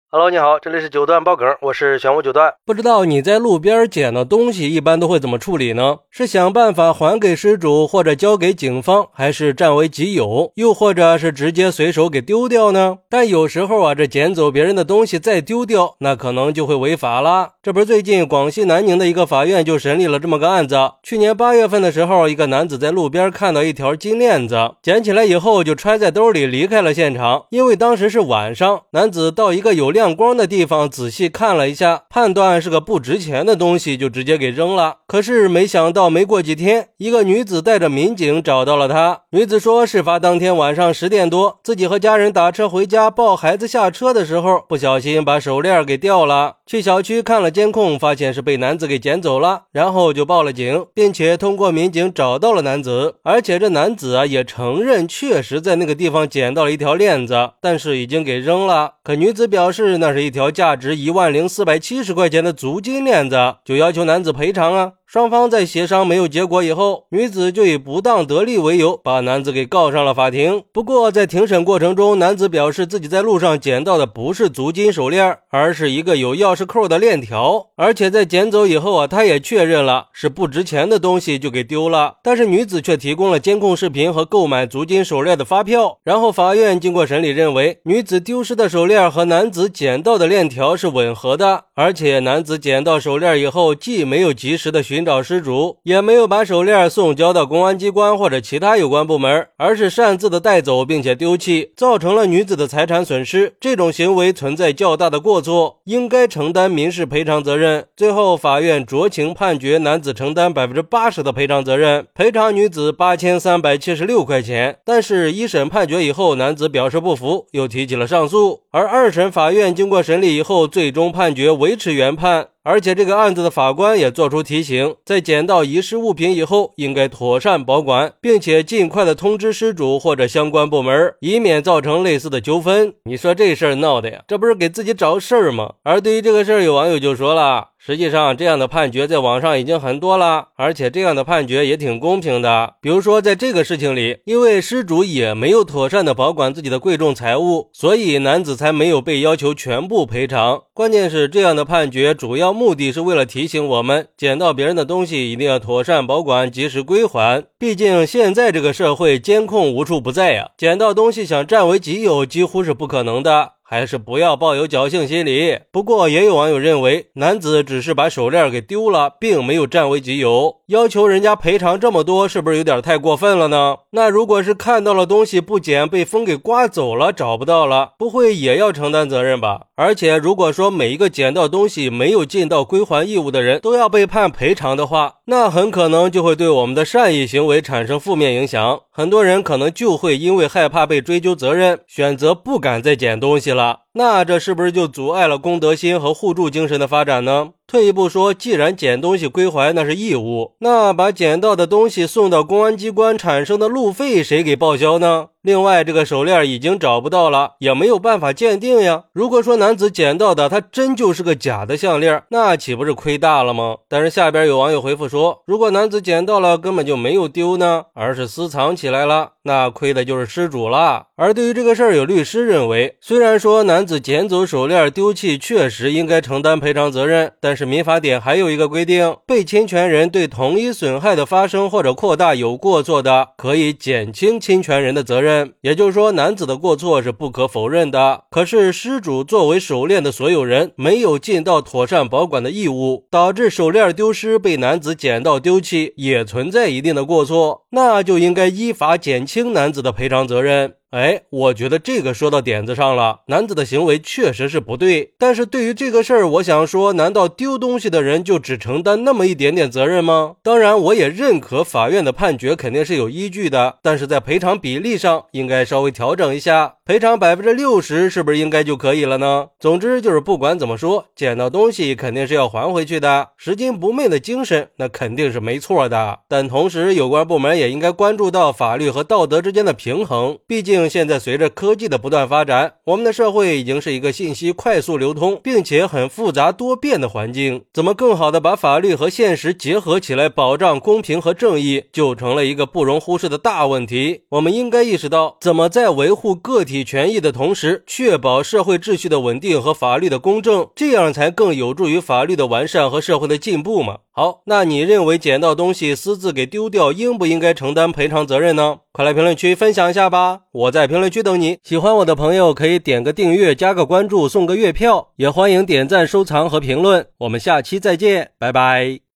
Hello， 你好，这里是九段爆梗，我是玄武九段。不知道你在路边捡到东西一般都会怎么处理呢？是想办法还给失主，或者交给警方，还是占为己有，又或者是直接随手给丢掉呢？但有时候啊，这捡走别人的东西再丢掉，那可能就会违法了。这不是最近广西南宁的一个法院就审理了这么个案子。去年8月份的时候，一个男子在路边看到一条金链子，捡起来以后就揣在兜里离开了现场。因为当时是晚上，男子到一个有亮光的地方仔细看了一下，判断是个不值钱的东西，就直接给扔了。可是没想到没过几天，一个女子带着民警找到了他。女子说，事发当天晚上10点多，自己和家人打车回家，抱孩子下车的时候，不小心把手链给掉了。去小区看了监控，发现是被男子给捡走了，然后就报了警，并且通过民警找到了男子。而且这男子也承认确实在那个地方捡到了一条链子，但是已经给扔了。可女子表示那是一条价值10470块钱的足金链子，就要求男子赔偿啊。双方在协商没有结果以后，女子就以不当得利为由把男子给告上了法庭。不过在庭审过程中，男子表示自己在路上捡到的不是足金手链，而是一个有钥匙扣的链条，而且在捡走以后他也确认了是不值钱的东西就给丢了。但是女子却提供了监控视频和购买足金手链的发票。然后法院经过审理认为，女子丢失的手链和男子捡到的链条是吻合的，而且男子捡到手链以后既没有及时的寻找失主，也没有把手链送交到公安机关或者其他有关部门，而是擅自的带走并且丢弃，造成了女子的财产损失。这种行为存在较大的过错，应该承担民事赔偿责任。最后法院酌情判决男子承担80%的赔偿责任，赔偿女子8376块钱。但是一审判决以后，男子表示不服，又提起了上诉。而二审法院经过审理以后，最终判决维持原判。而且这个案子的法官也做出提醒，在捡到遗失物品以后，应该妥善保管，并且尽快的通知失主或者相关部门，以免造成类似的纠纷。你说这事儿闹的呀，这不是给自己找事儿吗？而对于这个事儿，有网友就说了，实际上这样的判决在网上已经很多了，而且这样的判决也挺公平的。比如说在这个事情里，因为失主也没有妥善的保管自己的贵重财物，所以男子才没有被要求全部赔偿。关键是这样的判决主要目的是为了提醒我们，捡到别人的东西一定要妥善保管，及时归还。毕竟现在这个社会监控无处不在呀，捡到东西想占为己有几乎是不可能的。还是不要抱有侥幸心理。不过也有网友认为，男子只是把手链给丢了，并没有占为己有，要求人家赔偿这么多，是不是有点太过分了呢？那如果是看到了东西不捡，被风给刮走了，找不到了，不会也要承担责任吧？而且如果说每一个捡到东西没有尽到归还义务的人都要被判赔偿的话，那很可能就会对我们的善意行为产生负面影响。很多人可能就会因为害怕被追究责任，选择不敢再捡东西了。那这是不是就阻碍了公德心和互助精神的发展呢？退一步说，既然捡东西归还那是义务，那把捡到的东西送到公安机关产生的路费谁给报销呢？另外，这个手链已经找不到了，也没有办法鉴定呀。如果说男子捡到的他真就是个假的项链，那岂不是亏大了吗？但是下边有网友回复说，如果男子捡到了根本就没有丢呢，而是私藏起来了，那亏的就是失主了。而对于这个事儿，有律师认为，虽然说男子捡走手链丢弃确实应该承担赔偿责任，但是民法典还有一个规定，被侵权人对同一损害的发生或者扩大有过错的，可以减轻侵权人的责任。也就是说，男子的过错是不可否认的，可是失主作为手链的所有人，没有尽到妥善保管的义务，导致手链丢失被男子捡到丢弃，也存在一定的过错，那就应该依法减轻男子的赔偿责任。我觉得这个说到点子上了，男子的行为确实是不对，但是对于这个事儿，我想说，难道丢东西的人就只承担那么一点点责任吗？当然，我也认可法院的判决肯定是有依据的，但是在赔偿比例上应该稍微调整一下，赔偿60%是不是应该就可以了呢？总之就是不管怎么说，捡到东西肯定是要还回去的，拾金不昧的精神那肯定是没错的，但同时有关部门也应该关注到法律和道德之间的平衡，毕竟竟现在随着科技的不断发展，我们的社会已经是一个信息快速流通并且很复杂多变的环境，怎么更好的把法律和现实结合起来，保障公平和正义，就成了一个不容忽视的大问题。我们应该意识到，怎么在维护个体权益的同时，确保社会秩序的稳定和法律的公正，这样才更有助于法律的完善和社会的进步嘛。好，那你认为捡到东西私自给丢掉，应不应该承担赔偿责任呢？快来评论区分享一下吧，我在评论区等你。喜欢我的朋友可以点个订阅，加个关注，送个月票，也欢迎点赞、收藏和评论。我们下期再见，拜拜。